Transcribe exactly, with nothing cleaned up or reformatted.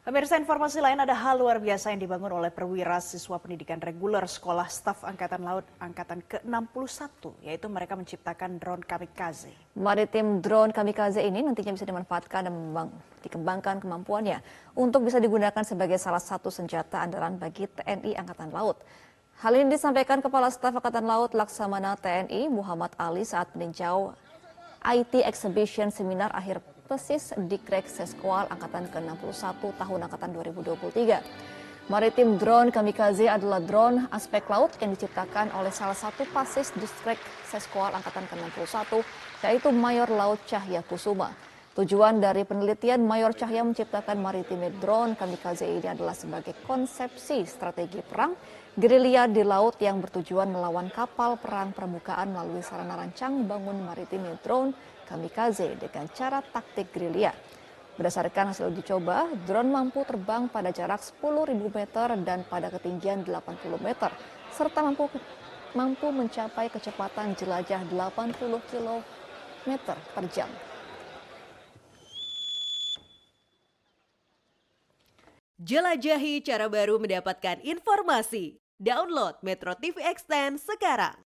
Pemirsa, informasi lain, ada hal luar biasa yang dibangun oleh perwira siswa pendidikan reguler Sekolah Staf Angkatan Laut Angkatan ke enam puluh satu, yaitu mereka menciptakan drone kamikaze. Maritim drone kamikaze ini nantinya bisa dimanfaatkan dan dikembangkan kemampuannya untuk bisa digunakan sebagai salah satu senjata andalan bagi T N I Angkatan Laut. Hal ini disampaikan Kepala Staf Angkatan Laut Laksamana T N I Muhammad Ali saat meninjau I T Exhibition Seminar Akhir Tesis Dikrek Seskual Angkatan ke enam puluh satu tahun Angkatan dua ribu dua puluh tiga. Maritim drone kamikaze adalah drone aspek laut yang diciptakan oleh salah satu pasis Dikrek Seskual Angkatan ke enam puluh satu, yaitu Mayor Laut Cahya Kusuma. Tujuan dari penelitian Mayor Cahya menciptakan maritim drone kamikaze ini adalah sebagai konsepsi strategi perang gerilya di laut yang bertujuan melawan kapal perang permukaan melalui sarana rancang bangun maritim drone kamikaze dengan cara taktik gerilya. Berdasarkan hasil uji coba, drone mampu terbang pada jarak sepuluh ribu meter dan pada ketinggian delapan puluh meter, serta mampu mampu mencapai kecepatan jelajah delapan puluh kilometer per jam. Jelajahi cara baru mendapatkan informasi. Download Metro T V Extend sekarang.